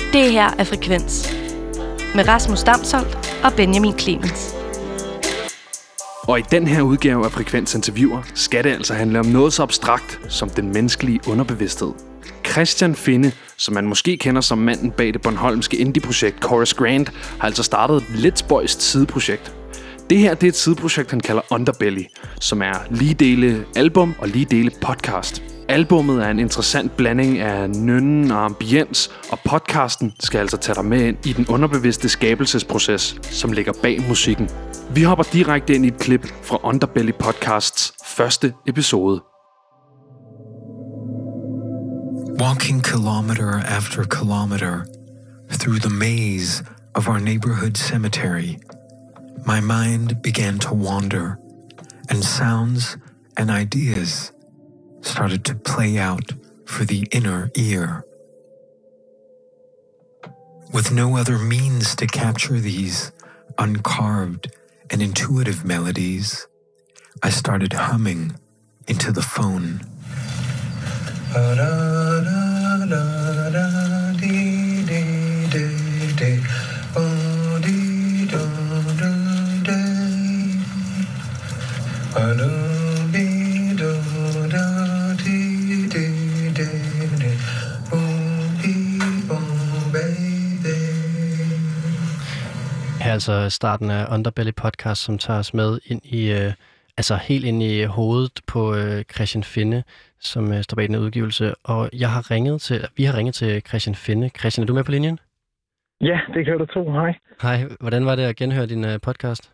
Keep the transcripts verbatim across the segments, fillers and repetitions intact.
Det her er Frekvens med Rasmus Damsholdt og Benjamin Clemens. Og i den her udgave af Frekvens interviewer skal det altså handle om noget så abstrakt som den menneskelige underbevidsthed. Christian Finne, som man måske kender som manden bag det bornholmske indie-projekt Chorus Grand, har altså startet et lidt spøjst sideprojekt. Det her det er et sideprojekt, han kalder Underbelly, som er lige dele album og lige dele podcast. Albummet er en interessant blanding af nønnen og ambiens, og podcasten skal altså tage dig med ind i den underbevidste skabelsesproces, som ligger bag musikken. Vi hopper direkte ind i et klip fra Underbelly Podcasts første episode. Walking kilometer after kilometer through the maze of our neighborhood cemetery, my mind began to wander, and sounds and ideas started to play out for the inner ear. With no other means to capture these uncarved and intuitive melodies, I started humming into the phone. Her er altså starten af Underbelly Podcast, som tager os med ind i, øh, altså helt ind i hovedet på øh, Christian Finne, som øh, står bag den udgivelse. Og jeg har ringet til, vi har ringet til Christian Finne. Christian, er du med på linjen? Ja, det kan du tro. Hej. Hej. Hvordan var det at genhøre din øh, podcast?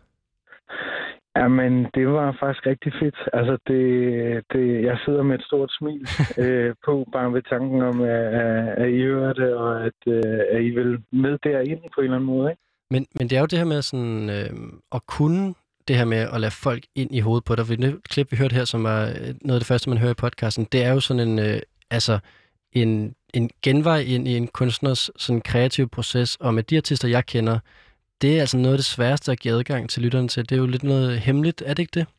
Jamen, det var faktisk rigtig fedt. Altså, det, det, jeg sidder med et stort smil øh, på, bare ved tanken om, at, at I hører det, og at, at I vil med derind på en eller anden måde, ikke? Men, men det er jo det her med sådan, øh, at kunne det her med at lade folk ind i hovedet på dig. For det klip, vi hørte her, som var noget af det første, man hører i podcasten, det er jo sådan en, øh, altså en, en genvej ind i en kunstners sådan kreativ proces. Og med de artister, jeg kender, det er altså noget af det sværeste at give adgang til lytterne til. Det er jo lidt noget hemmeligt, er det ikke det?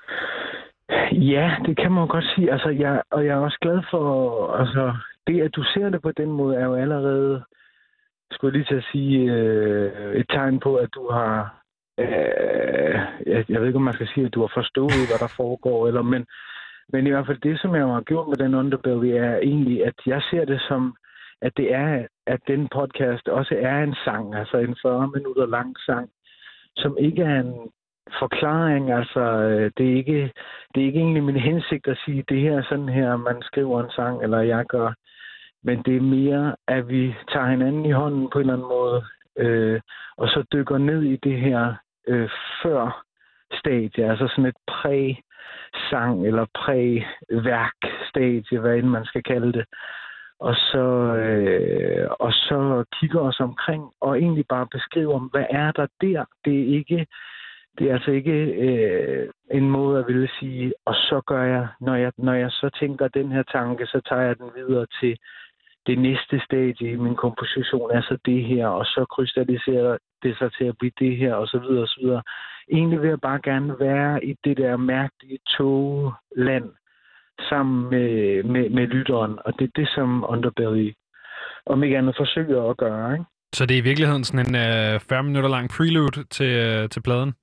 Ja, det kan man godt sige. Altså, jeg, og jeg er også glad for, altså, det, at du ser det på den måde, er jo allerede, skulle jeg lige til at sige, øh, et tegn på, at du har, øh, jeg, jeg ved ikke, om man skal sige, at du har forstået, hvad der foregår, eller, men, men i hvert fald det, som jeg har gjort med den Underbelly, er egentlig, at jeg ser det som, at det er, at den podcast også er en sang, altså en fyrre minutter lang sang, som ikke er en forklaring, altså det er ikke, det er ikke egentlig min hensigt at sige, det her er sådan her, man skriver en sang, eller jeg gør. Men det er mere, at vi tager hinanden i hånden på en eller anden måde, øh, og så dykker ned i det her øh, før-stadie, altså sådan et præ-sang eller præ-værk-stadie, hvad end man skal kalde det. Og så, øh, og så kigger os omkring og egentlig bare beskriver, hvad er der der? Det er ikke, det er altså ikke øh, en måde at ville sige, og så gør jeg, når jeg, når jeg så tænker den her tanke, så tager jeg den videre til det næste stadie i min komposition, altså det her, og så krystalliserer det sig til at blive det her, og så videre, og så videre. Egentlig vil jeg bare gerne være i det der mærkelige togland, sammen med, med, med lytteren, og det er det, som Underbelly, om ikke andet, forsøger at gøre, ikke? Så det er i virkeligheden sådan en øh, fyrre minutter lang prelude til, øh, til pladen?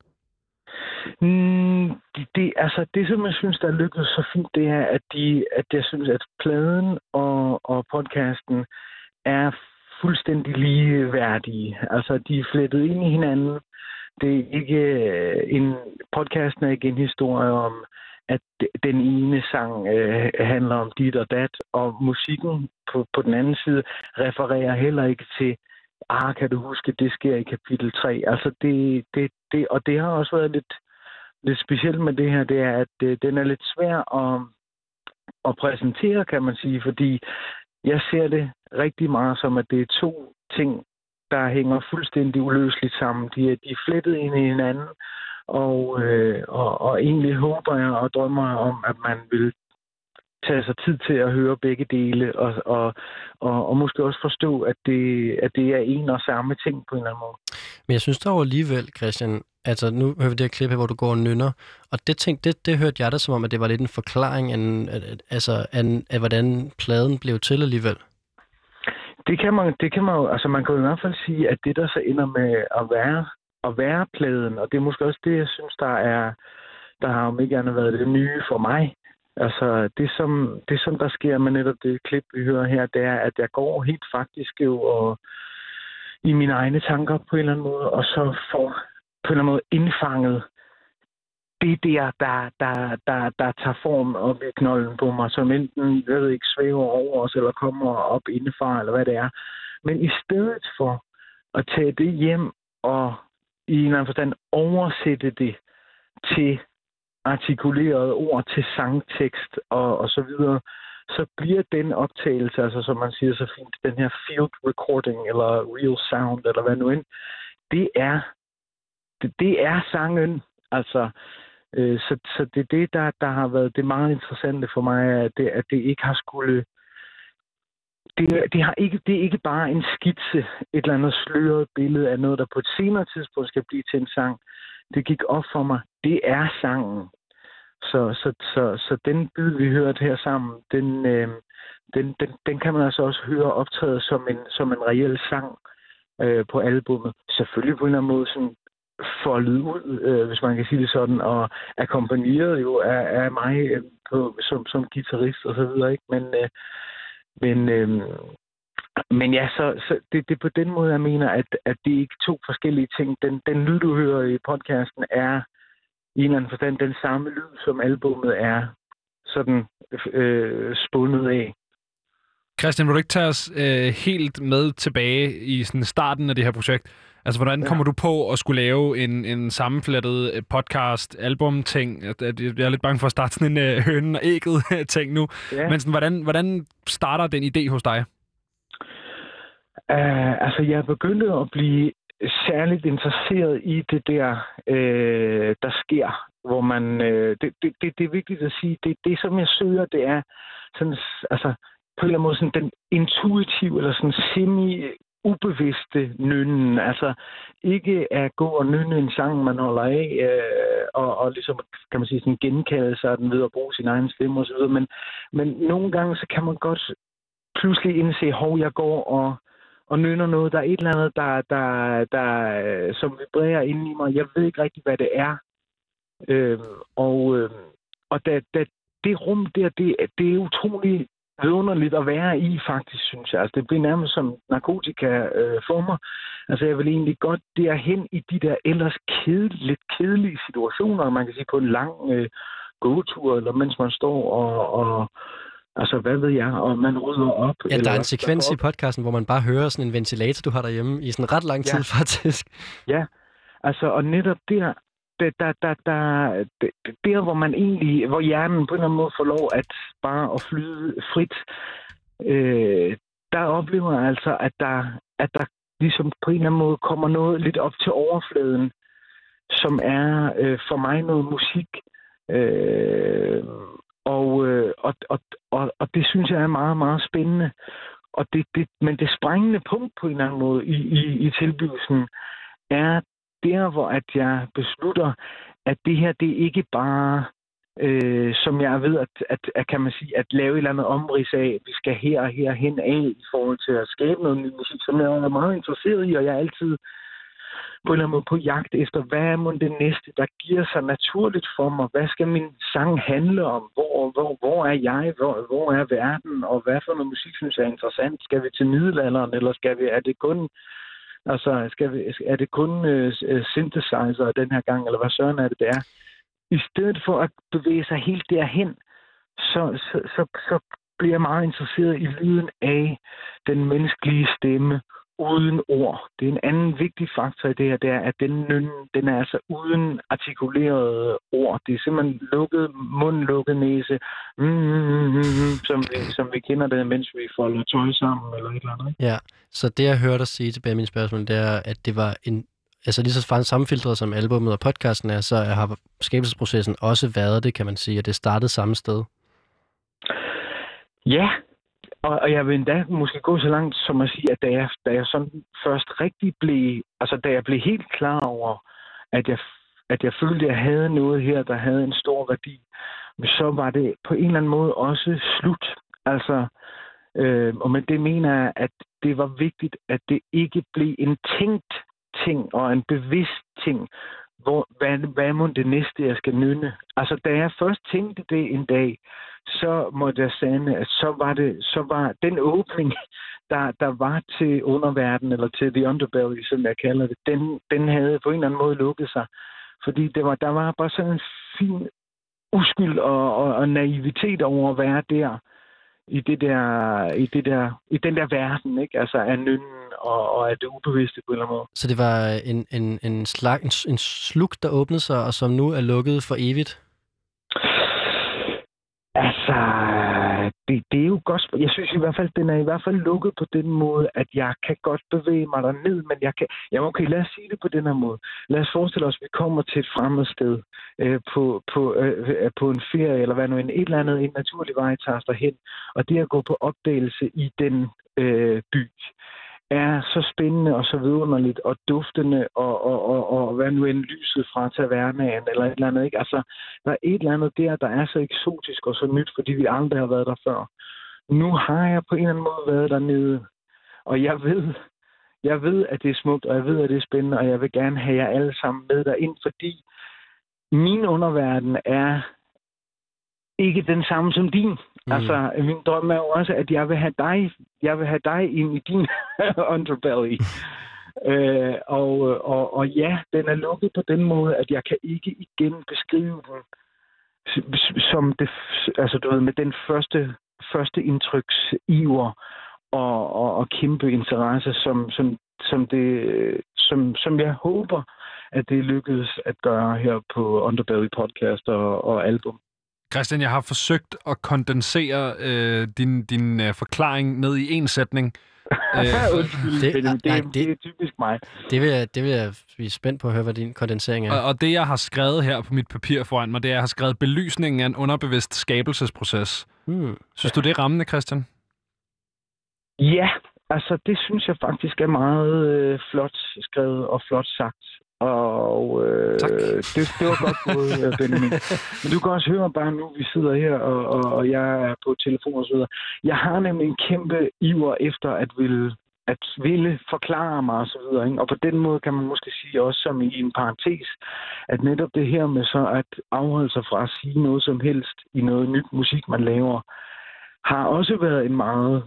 Mm, det, det, altså, det, som jeg synes, der er lykkedes så fint, det er, at, de, at jeg synes, at pladen og, og podcasten er fuldstændig ligeværdige. Altså, de er flettet ind i hinanden. Det er ikke en, podcasten er ikke en historie om, at den ene sang øh, handler om dit og dat, og musikken på, på den anden side refererer heller ikke til, ah, kan du huske, det sker i kapitel tre. Altså det, det, det, og det har også været lidt, lidt specielt med det her, det er, at øh, den er lidt svær at, at præsentere, kan man sige, fordi jeg ser det rigtig meget som, at det er to ting, der hænger fuldstændig uløseligt sammen. De er, de er flettet ind i hinanden, Og, øh, og, og egentlig håber jeg og drømmer om, at man vil tage sig tid til at høre begge dele, og, og, og, og måske også forstå, at det, at det er en og samme ting på en eller anden måde. Men jeg synes dog alligevel, Christian, altså nu hører vi det her klip her, hvor du går og nynner, og det, ting, det, det hørte jeg da som om, at det var lidt en forklaring af, af, altså, af, af hvordan pladen blev til alligevel. Det kan man, det kan man jo, altså man kan jo i hvert fald sige, at det der så ender med at være, at være pladen, og det er måske også det, jeg synes, der er, der har jo ikke gerne været det nye for mig. Altså det som, det som der sker med netop det klip, vi hører her, det er, at jeg går helt faktisk jo og i mine egne tanker på en eller anden måde, og så får på en eller anden måde indfanget det der, der, der, der, der tager form op i knolden på mig, som enten, jeg ved ikke, svæver over os, eller kommer op indefra, eller hvad det er. Men i stedet for at tage det hjem og i en eller anden forstand oversætte det til artikulerede ord, til sangtekst og, og så videre, så bliver den optagelse, altså som man siger så fint, den her field recording, eller real sound, eller hvad nu end, det er, det, det er sangen, altså. Øh, så, så det er det, der, der har været det meget interessante for mig, at det, at det ikke har skulle... Det, det, har ikke, det er ikke bare en skitse, et eller andet sløret billede af noget, der på et senere tidspunkt skal blive til en sang. Det gik op for mig. Det er sangen. Så, så, så, så den bid, vi hørte her sammen, den, øh, den, den, den kan man altså også høre optræde som en, som en reel sang øh, på albummet. Selvfølgelig på en eller anden måde sådan foldet ud, øh, hvis man kan sige det sådan, og akkompagneret jo af, af mig øh, på, som, som guitarist og så videre, ikke? Men, øh, men, øh, men ja, så, så det, det er på den måde, jeg mener, at, at det er ikke to forskellige ting. Den, den lyd, du hører i podcasten, er i en eller anden forstand den samme lyd, som albummet er sådan øh, spundet af. Christian, vil du ikke tage os øh, helt med tilbage i sådan starten af det her projekt? Altså, hvordan kommer ja. du på at skulle lave en, en sammenflettet podcast-album-ting? Jeg er lidt bange for at starte sådan en øh, hønen og ægget-ting nu. Ja. Men sådan, hvordan, hvordan starter den idé hos dig? Uh, altså, jeg begyndte at blive særligt interesseret i det der, øh, der sker, hvor man... Øh, det, det, det, det er vigtigt at sige, det, det som jeg søger, det er sådan, altså, på en eller anden måde sådan den intuitive, eller sådan semi ubevidste nynnen. Altså ikke at gå og nynne en sang, man holder af, øh, og, og ligesom, kan man sige, sådan genkalde sig den ved at bruge sin egen stemme osv. Men, men nogle gange, så kan man godt pludselig indse, hov, jeg går og, og nynner noget. Der er et eller andet, der, der, der, som vibrerer inde i mig. Jeg ved ikke rigtig, hvad det er. Øh, og øh, og da, da, det rum der, det, det er utroligt underligt at være i, faktisk, synes jeg. Altså, det bliver nærmest som narkotika øh, for mig. Altså, jeg vil egentlig godt derhen i de der ellers kede, lidt kedelige situationer, man kan sige, på en lang øh, gåtur, eller mens man står og, og altså, hvad ved jeg, og man rydder op. Ja, der eller, er en sekvens i podcasten, hvor man bare hører sådan en ventilator, du har derhjemme, i sådan ret lang tid, ja. faktisk. Ja, altså, og netop der, Der, der, der, der, der, hvor man egentlig, hvor hjernen på en eller anden måde får lov at bare at flyde frit, øh, der oplever jeg altså, at der, at der ligesom på en eller anden måde kommer noget lidt op til overfladen, som er øh, for mig noget musik. Øh, og, øh, og, og, og, og det synes jeg er meget, meget spændende. Og det, det, men det sprængende punkt på en eller anden måde i, i, i tilblivelsen er der, hvor at jeg beslutter, at det her, det er ikke bare, øh, som jeg ved, at, at, at, kan man sige, at lave et eller andet omrids af, vi skal her og her hen af i forhold til at skabe noget ny musik, som jeg er meget interesseret i, og jeg er altid på en eller anden måde på jagt efter, hvad er mon det næste, der giver sig naturligt for mig? Hvad skal min sang handle om? Hvor, hvor, hvor er jeg? Hvor, hvor er verden? Og hvad for noget musik synes jeg er interessant? Skal vi til middelalderen, eller skal vi, er det kun... Altså, skal vi, er det kun uh, synthesizer den her gang, eller hvad søren er det, det er? I stedet for at bevæge sig helt derhen, så, så, så, så bliver jeg meget interesseret i lyden af den menneskelige stemme uden ord. Det er en anden vigtig faktor i det her, det er, at den, den er altså uden artikulerede ord. Det er simpelthen lukket mund, lukket næse, mm, mm, mm, som, vi, som vi kender det, mens vi folder tøj sammen, eller et eller andet. Ja, så det jeg hørte dig sige tilbage mine spørgsmål, det er, at det var en, altså lige så sammenfiltret som albumet og podcasten er, så har skabelsesprocessen også været det, kan man sige, at det startede samme sted. Ja, og, og jeg vil endda måske gå så langt som at sige, at da jeg, da jeg sådan først rigtig blev, altså da jeg blev helt klar over, at jeg, at jeg følte, at jeg havde noget her, der havde en stor værdi, så var det på en eller anden måde også slut. Altså, øh, og med det mener jeg, at det var vigtigt, at det ikke blev en tænkt ting og en bevidst ting. Hvor, hvad, hvad må det næste, jeg skal nynne? Altså, da jeg først tænkte det en dag, så måtte jeg sande, at så var det, så var den åbning, der, der var til underverden, eller til The Underbelly, som jeg kalder det, den, den havde på en eller anden måde lukket sig. Fordi det var, der var bare sådan en fin uskyld og, og, og naivitet over at være der, i det der, i det der, i den der verden, ikke? Altså af nynnen og, og af det ubevidste på en eller anden måde. Så det var en, en, en, slag, en, en sluk, der åbnede sig, og som nu er lukket for evigt? Altså, det, det er jo godt. Jeg synes i hvert fald, den er i hvert fald lukket på den måde, at jeg kan godt bevæge mig derned, men jeg kan... Ja, okay, lad os sige det på den her måde. Lad os forestille os, at vi kommer til et fremmed sted øh, på, på, øh, på en ferie, eller hvad nu en et eller andet, en naturlig vej tager os derhen. Og det at gå på opdagelse i den øh, by, er så spændende og så vidunderligt og duftende og, og, og, og hvad nu end lyset fra tavernaen eller et eller andet, ikke? Altså, der er et eller andet der, der er så eksotisk og så nyt, fordi vi aldrig har været der før. Nu har jeg på en eller anden måde været dernede, og jeg ved, jeg ved, at det er smukt, og jeg ved, at det er spændende, og jeg vil gerne have jer alle sammen med derind, fordi min underverden er ikke den samme som din. Mm. Altså, min drøm er jo også, at jeg vil have dig, jeg vil have dig ind i din underbelly. øh, og, og, og ja, den er lukket på den måde, at jeg kan ikke igen beskrive den som det, altså du ved, med den første, første indtryks iver og, og, og kæmpe interesse, som, som, som, det, som, som jeg håber, at det lykkedes at gøre her på Underbelly podcast og, og album. Christian, jeg har forsøgt at kondensere øh, din, din øh, forklaring ned i en sætning. øh, det, det, det, nej, det, det er typisk mig. Det vil, jeg, det vil jeg blive spændt på at høre, hvad din kondensering er. Og, og det, jeg har skrevet her på mit papir foran mig, det er, at jeg har skrevet belysningen af en underbevidst skabelsesproces. Hmm. Synes du, det er rammende, Christian? Ja, altså det synes jeg faktisk er meget øh, flot skrevet og flot sagt. Og øh, det, det var godt gået, Benjamin. Men du kan også høre bare nu, vi sidder her, og, og, og jeg er på telefon og så videre. Jeg har nemlig en kæmpe iver efter at ville, at ville forklare mig og så videre. Ikke? Og på den måde kan man måske sige også som i en parentes, at netop det her med så at afholde sig fra at sige noget som helst i noget nyt musik, man laver, har også været en meget,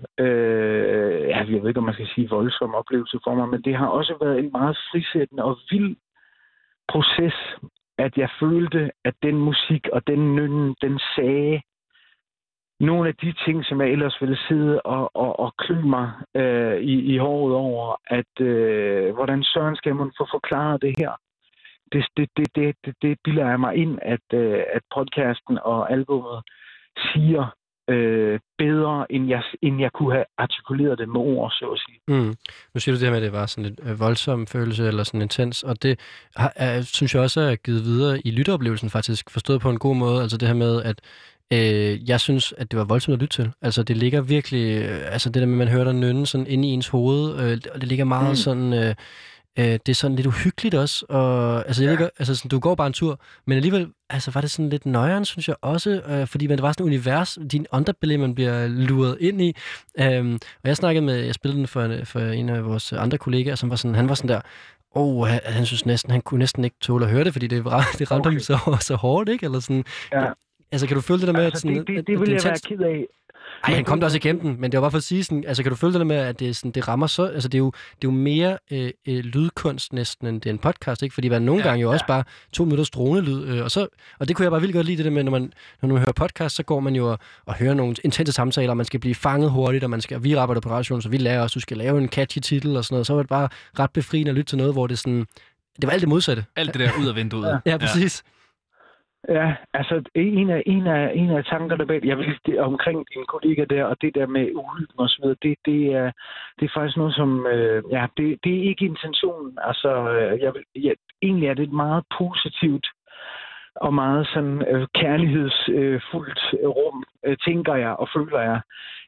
øh, jeg ved ikke, om man skal sige voldsom oplevelse for mig, men det har også været en meget frisættende og vild proces, at jeg følte, at den musik og den nynne, den sagde nogle af de ting, som jeg ellers ville sidde og, og, og klø mig øh, i, i håret over, at øh, hvordan søren skal man få forklaret det her? Det, det, det, det, det, det bilder jeg mig ind, at, øh, at podcasten og albumet siger Øh, bedre, end jeg, end jeg kunne have artikuleret det med ord, så at sige. Mm. Nu siger du det her med, at det var sådan en voldsom følelse, eller sådan intens, og det har, er, synes jeg også er givet videre i lytteoplevelsen faktisk, forstået på en god måde, altså det her med, at øh, jeg synes, at det var voldsomt at lytte til. Altså det ligger virkelig, øh, altså det der med, at man hører der nynne sådan inde i ens hoved, øh, og det ligger meget mm. sådan... Øh, Øh, det er sådan lidt uhyggeligt også, og altså, jeg ja. Ligger, altså sådan, du går bare en tur, men alligevel altså, var det sådan lidt nøjeren, synes jeg også, øh, fordi man, det var sådan et univers, din underbelly, man bliver luret ind i. Øhm, og jeg snakkede med, jeg spillede den for, for en af vores andre kollegaer, som var sådan, han var sådan der, åh, oh, han, han synes næsten, han kunne næsten ikke tåle at høre det, fordi det, det ramte okay. ham så, så hårdt, ikke? Eller sådan, ja. Altså, kan du føle det der med, altså, at sådan... Det, det, det vil jeg være ked af. Ej, han kom da også igennem den, men det var bare for at sige sådan, altså kan du føle det med, at det, sådan, det rammer så, altså det er jo, det er jo mere øh, øh, lydkunst næsten, end det er en podcast, ikke? Fordi man nogle ja, gange jo ja. også bare to minutters dronelyd, øh, og så, og det kunne jeg bare vildt godt lide det der med, når man, når man hører podcast, så går man jo og, og hører nogle intense samtaler, og man skal blive fanget hurtigt, og man skal, vi arbejder på radioen, så vi lærer også, du skal lave en catchy titel og sådan noget, så var det bare ret befriende at lytte til noget, hvor det sådan, det var alt det modsatte. Alt det der ud af vinduet. Ja, ja præcis. Ja. Ja, altså en af, en af, en af tankerne bag, jeg vil det omkring din kollega der, og det der med uhyggen og så videre, det, det, er, det er faktisk noget, som, øh, ja, det, det er ikke intentionen. Altså, jeg vil, ja, egentlig er det et meget positivt og meget sådan øh, kærlighedsfuldt øh, rum, øh, tænker jeg og føler jeg.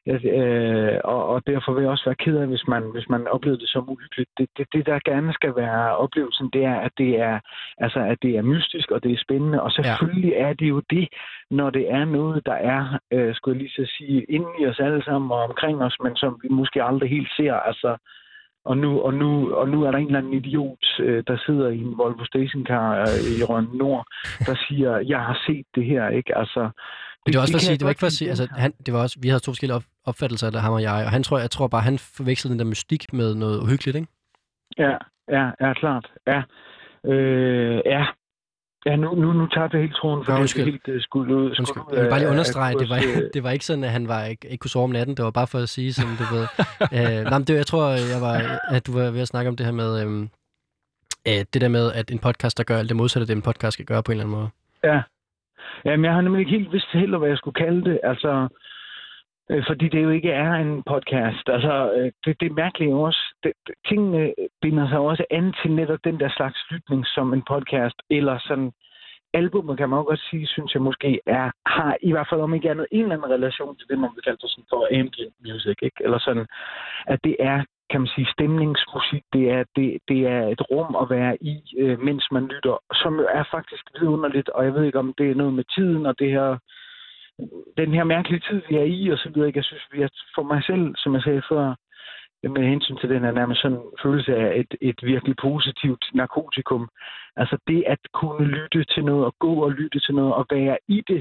Øh, og, og derfor vil jeg også være ked af, hvis man, hvis man oplevede det som uhyggeligt. Det, det, det, der gerne skal være oplevelsen, det er, at det er, altså, at det er mystisk, og det er spændende. Og selvfølgelig ja. er det jo det, når det er noget, der er, øh, skulle jeg lige så sige, inde i os alle sammen og omkring os, men som vi måske aldrig helt ser. Altså, og nu, og, nu, og nu er der en eller anden idiot, øh, der sidder i en Volvo stationcar øh, i Rønne Nord, der siger, jeg har set det her, ikke? Altså, det, det var også for at sige, det var ikke for at sige, altså, han, det var også, vi havde to forskellige opfattelser af det, ham og jeg, og han tror, jeg tror bare, han forvekslede den der mystik med noget uhyggeligt, ikke? Ja, ja, ja, klart, ja. Øh, ja. Ja, nu, nu, nu tager det helt troen, for Nå, det er helt uh, skudt ud. Undskyld. Jeg vil bare lige understrege, det var, det var ikke sådan, at han var, ikke, ikke kunne sove om natten. Det var bare for at sige, som du ved. uh, nej, det, jeg tror, jeg var, at du var ved at snakke om det her med, um, uh, det der med, at en podcast, der gør alt det modsatte, det en podcast skal gøre på en eller anden måde. Ja. Jamen, jeg har nemlig ikke helt vidst heller, hvad jeg skulle kalde det. Altså, øh, fordi det jo ikke er en podcast. Altså, øh, det, det er mærkeligt også. Det, det, tingene binder sig også an til netop den der slags lytning som en podcast, eller sådan albumet, kan man også godt sige, synes jeg måske er, har i hvert fald om ikke andet en eller anden relation til det, man vil kalde for sådan for ambient music, ikke? Eller sådan, at det er, kan man sige, stemningsmusik, det er, det, det er et rum at være i, øh, mens man lytter, som jo er faktisk vidunderligt, og jeg ved ikke, om det er noget med tiden, og det her, den her mærkelige tid, vi er i, og så videre, ikke? Jeg synes, vi er, for mig selv, som jeg sagde før, med hensyn til den er nærmest sådan en følelse af et, et virkelig positivt narkotikum. Altså det at kunne lytte til noget, og gå og lytte til noget, og være i det,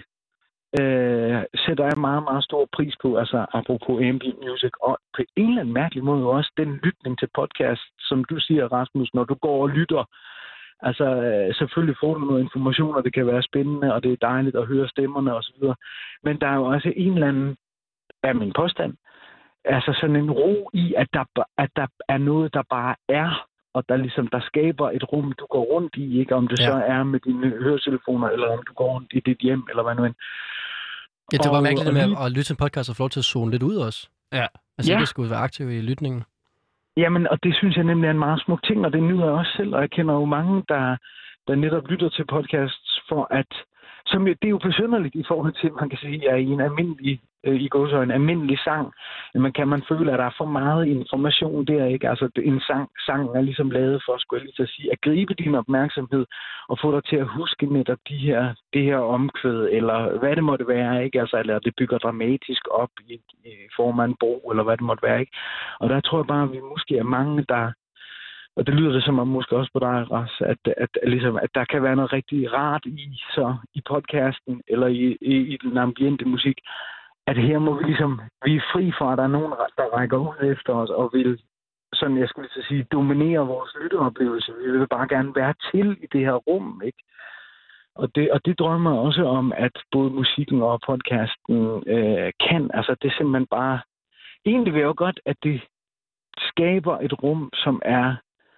øh, sætter jeg meget, meget stor pris på, altså apropos ambient music, og på en eller anden mærkelig måde også den lytning til podcast, som du siger, Rasmus, når du går og lytter. Altså øh, selvfølgelig får du noget information, og det kan være spændende, og det er dejligt at høre stemmerne osv. Men der er jo også en eller anden, af min påstand, altså sådan en ro i, at der, at der er noget, der bare er, og der ligesom der skaber et rum, du går rundt i, ikke? Om det ja. så er med dine høretelefoner, eller om du går rundt i dit hjem, eller hvad nu end. Ja, det var og, mærkeligt og, med at, at lytte til en podcast og få lov til at zone lidt ud også. Ja. Altså ja. ikke skulle være aktiv i lytningen. Jamen, og det synes jeg nemlig er en meget smuk ting, og det nyder jeg også selv, og jeg kender jo mange, der, der netop lytter til podcasts for at, som det er jo besynderligt i forhold til, man kan sige, at i en almindelig, øh, i går så en almindelig sang, men kan man føle, at der er for meget information der, ikke? Altså en sang, sang er ligesom lavet for, skulle jeg lige til at sige, at gribe din opmærksomhed og få dig til at huske netop de her, det her omkvæd, eller hvad det måtte være, ikke? Altså, eller det bygger dramatisk op i, i form af en bro, eller hvad det måtte være, ikke? Og der tror jeg bare, at vi måske er mange, der og det lyder det som om måske også på dig, Ras, at, at, at, ligesom, at der kan være noget rigtig rart i, så, i podcasten eller i, i, i den ambiente musik, at her må vi ligesom, vi er fri fra, at der er nogen, der rækker ud efter os og vil, sådan jeg skulle lige sige, dominere vores lytteoplevelse. Vi vil bare gerne være til i det her rum, ikke? Og det, og det drømmer jeg også om, at både musikken og podcasten øh, kan. Altså det er simpelthen bare, egentlig vil jeg jo godt, at det skaber et rum, som er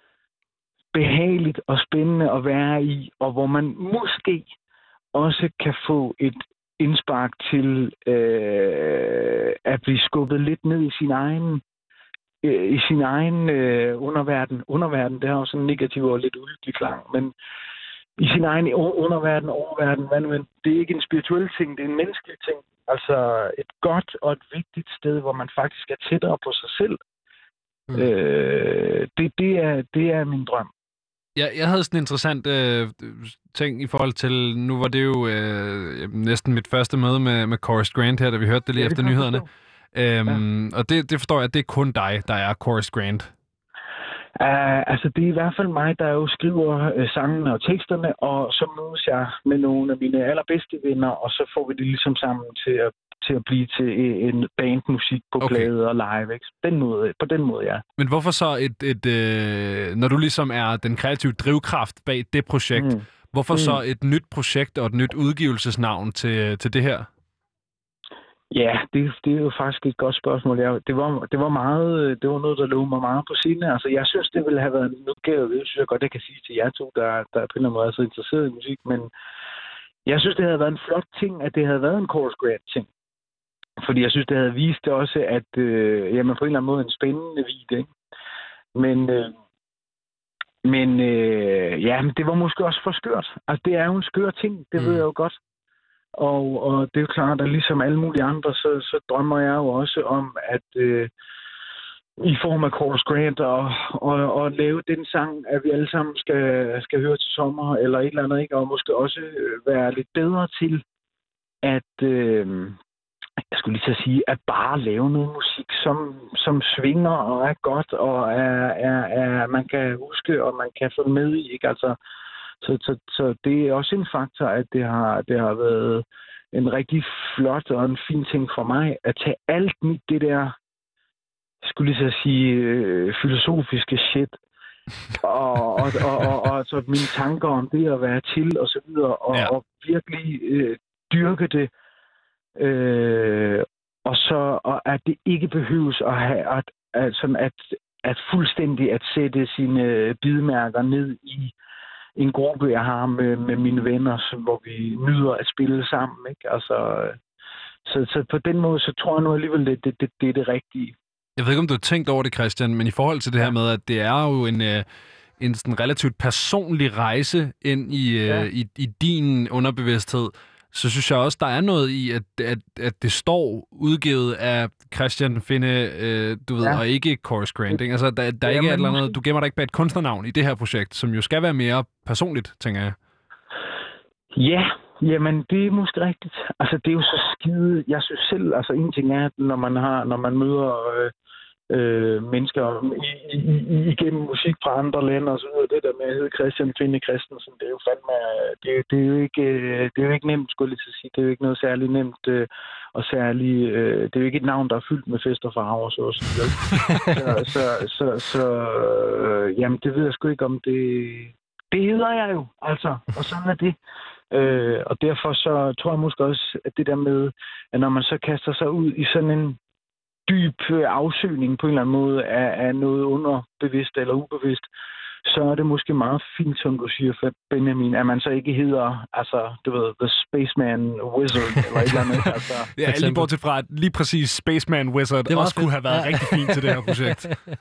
behageligt og spændende at være i, og hvor man måske også kan få et indspark til øh, at blive skubbet lidt ned i sin egen øh, i sin egen øh, underverden. Underverden, det har jo sådan en negativ og lidt uhyggelig klang, men i sin egen underverden, oververden, hvad nu end. Det er ikke en spirituel ting, det er en menneskelig ting. Altså et godt og et vigtigt sted, hvor man faktisk er tættere på sig selv. Mm. Øh, det, det, er, det er min drøm. Ja, jeg havde sådan en interessant øh, ting i forhold til, nu var det jo øh, næsten mit første møde med, med Corus Grant her, da vi hørte det lige ja, det efter nyhederne. Øhm, ja. Og det, det forstår jeg, at det er kun dig, der er Corus Grant. Uh, altså, det er i hvert fald mig, der jo skriver uh, sangene og teksterne, og så mødes jeg med nogle af mine allerbedste venner, og så får vi det ligesom sammen til at til at blive til en bandmusik på okay. plade og live, ikke? Den måde, på den måde, ja. Men hvorfor så et, et øh, når du ligesom er den kreative drivkraft bag det projekt, mm. hvorfor mm. så et nyt projekt og et nyt udgivelsesnavn til, til det her? Ja, det, det er jo faktisk et godt spørgsmål. Jeg, det, var, det var meget, det var noget, der lå mig meget på sinde. Altså, jeg synes, det ville have været en udgave. Det synes jeg godt, jeg kan sige til jer to, der, der på en eller anden måde er så interesseret i musik, men jeg synes, det havde været en flot ting, at det havde været en Corus Grant-ting. Fordi jeg synes, det havde vist også, at øh, jamen, på en eller anden måde en spændende video. Ikke? Men øh, men øh, ja, men det var måske også for skørt. Altså, det er jo en skør ting, det mm. ved jeg jo godt. Og, og det er jo klart, at ligesom alle mulige andre, så, så drømmer jeg jo også om, at øh, i form af Chorus Grant og, og, og lave den sang, at vi alle sammen skal, skal høre til sommer, eller et eller andet, ikke? Og måske også være lidt bedre til at, øh, jeg skulle lige til at sige, at bare lave noget musik, som, som svinger og er godt, og er, er, er, man kan huske, og man kan følge med i, ikke? Altså, så, så, så det er også en faktor, at det har, det har været en rigtig flot og en fin ting for mig, at tage alt mit det der, jeg skulle lige til at sige, øh, filosofiske shit, og, og, og, og, og så mine tanker om det at være til, og så videre, og, ja. og virkelig øh, dyrke det, øh, og så og at det ikke behøves at have, at, at, sådan at, at fuldstændig at sætte sine bidmærker ned i en gruppe, jeg har med, med mine venner, som, hvor vi nyder at spille sammen, ikke? Altså, så, så på den måde, så tror jeg nu alligevel, det, det, det, det er det rigtige. Jeg ved ikke, om du har tænkt over det, Christian, men i forhold til det her med, at det er jo en, en sådan relativt personlig rejse ind i, ja. i, i din underbevidsthed, så synes jeg også, der er noget i, at, at, at det står udgivet af Christian Finne, øh, du ved, ja. og ikke Chorus Grant. Ikke? Altså, der, der er ikke et eller andet, du gemmer dig ikke bag et kunstnernavn i det her projekt, som jo skal være mere personligt, tænker jeg. Ja, jamen det er måske rigtigt. Altså det er jo så skide, jeg synes selv, altså en ting er, når man har, når man møder øh, øh, mennesker i, i, i, igennem musik fra andre lande og så videre, det der med at hedde Christian Finne Christensen, det er jo fandme, det, det er jo ikke, det er jo ikke nemt, skulle jeg lige sige. Det er jo ikke noget særligt nemt øh, og særligt, øh, det er jo ikke et navn, der er fyldt med fest og farver, så at sige. så, så, så, så øh, jamen det ved jeg sgu ikke om det, det hedder jeg jo, altså, og sådan er det. Øh, og derfor så tror jeg måske også, at det der med, at når man så kaster sig ud i sådan en dyb afsøgning på en eller anden måde af, af noget underbevidst eller ubevidst, så er det måske meget fint, som du siger, for Benjamin, at man så ikke hedder, altså, du ved, The Spaceman Wizard, eller et eller andet. Altså. Ja, lige bortset fra, at lige præcis Spaceman Wizard også kunne have været ja. rigtig fint til det her projekt.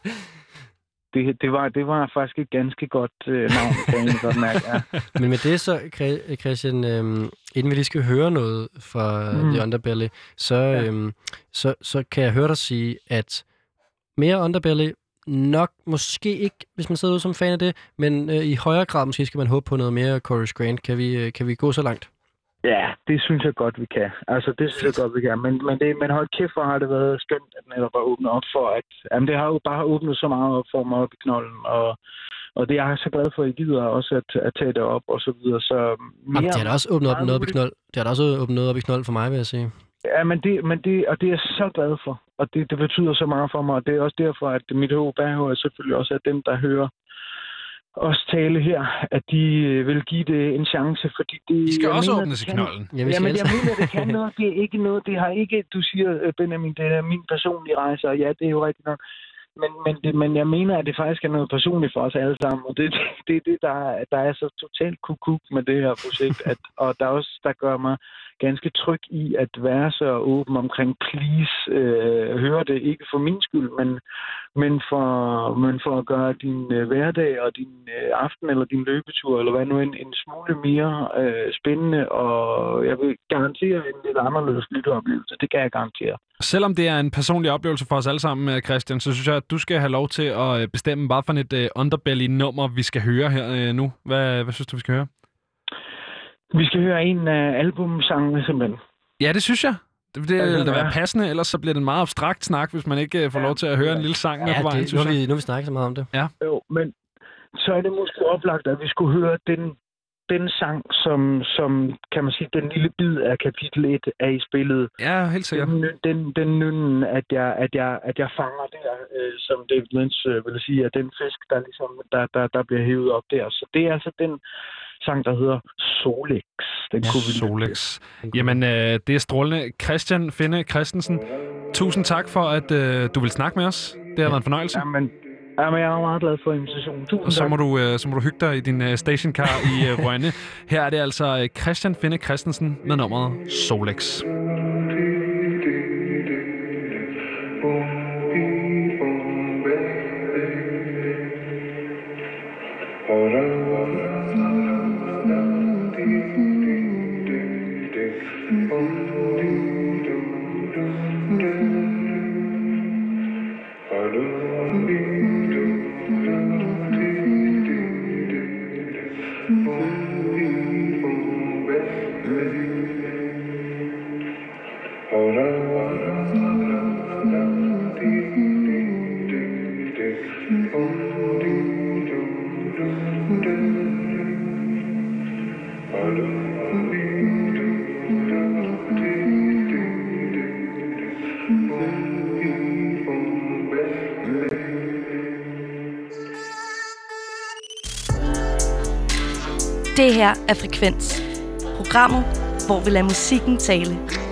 Det, det, var, det var faktisk et ganske godt øh, navn, kan jeg godt mærke. Ja. Men med det så, Christian, øhm, inden vi lige skal høre noget fra mm. The Underbelly, så, ja. øhm, så, så kan jeg høre dig sige, at mere Underbelly nok måske ikke, hvis man sidder ude som fan af det, men øh, i højere grad måske skal man håbe på noget mere Chorus Grant. Kan vi, kan vi gå så langt? Ja, det synes jeg godt, vi kan. Altså, det synes jeg godt, vi kan. Men, men, det, men hold kæft, hvor har det været skønt, at netop var åbnet op for, at jamen, det har jo bare åbnet så meget op for mig op i knolden, og, og det er jeg så glad for, at I gider også at, at tage det op, og så videre. Så mere, jamen, det har da også åbnet op noget op i knold. Det har da også åbnet noget op i knold for mig, vil jeg sige. Ja, men det, men det, og det er jeg så glad for, og det, det betyder så meget for mig, og det er også derfor, at mit håb er selvfølgelig også, at dem, der hører også tale her, at de vil give det en chance, fordi det... De skal også mener, åbnes i knolden. Ja, ja, men jeg mener, det kan noget. Det er ikke noget. Det har ikke... Du siger, Benjamin, det er min personlige rejse, og ja, det er jo rigtigt nok. Men, men, det, men jeg mener, at det faktisk er noget personligt for os alle sammen, og det er det, det, det, der, der er så totalt kukuk med det her projekt, at, og der er også, der gør mig ganske tryg i at være så åben omkring, please, øh, høre det, ikke for min skyld, men, men, for, men for at gøre din øh, hverdag og din øh, aften eller din løbetur, eller hvad nu, en, en smule mere øh, spændende, og jeg vil garantere en lidt anderledes lytteoplevelse, det kan jeg garantere. Selvom det er en personlig oplevelse for os alle sammen, Christian, så synes jeg, at du skal have lov til at bestemme, hvad for et uh, Underbelly-nummer, vi skal høre her uh, nu. Hvad, hvad synes du, vi skal høre? Vi skal høre en af albumsangene, simpelthen. Ja, det synes jeg. Det, det vil da være passende, ellers så bliver det en meget abstrakt snak, hvis man ikke uh, får ja, lov til at høre ja. en lille sang med ja, på vejen, det, nu, har vi, nu har vi snakket så meget om det. Ja. Jo, men så er det måske oplagt, at vi skulle høre den den sang, som, som, kan man sige, den lille bid af kapitel et er i spillet. Ja, helt sikkert. Den, den, den nynden, at jeg, at jeg, at jeg fanger der, øh, som David Lynch øh, vil sige, at den fisk, der ligesom, der, der, der bliver hævet op der. Så det er altså den sang, der hedder Solex. Den ja, kunne vi Solex. Jamen, øh, det er strålende. Christian Finne Christensen, tusind tak for, at øh, du vil snakke med os. Det har været en fornøjelse. Jamen, Jamen, jeg er meget glad for invitationen. Tusind og så må, du, øh, så må du hygge dig i din øh, stationcar i øh, Rønne. Her er det altså øh, Christian Finne Christensen med nummeret Solex. Det her er Frekvens. Programmet, hvor vi lader musikken tale.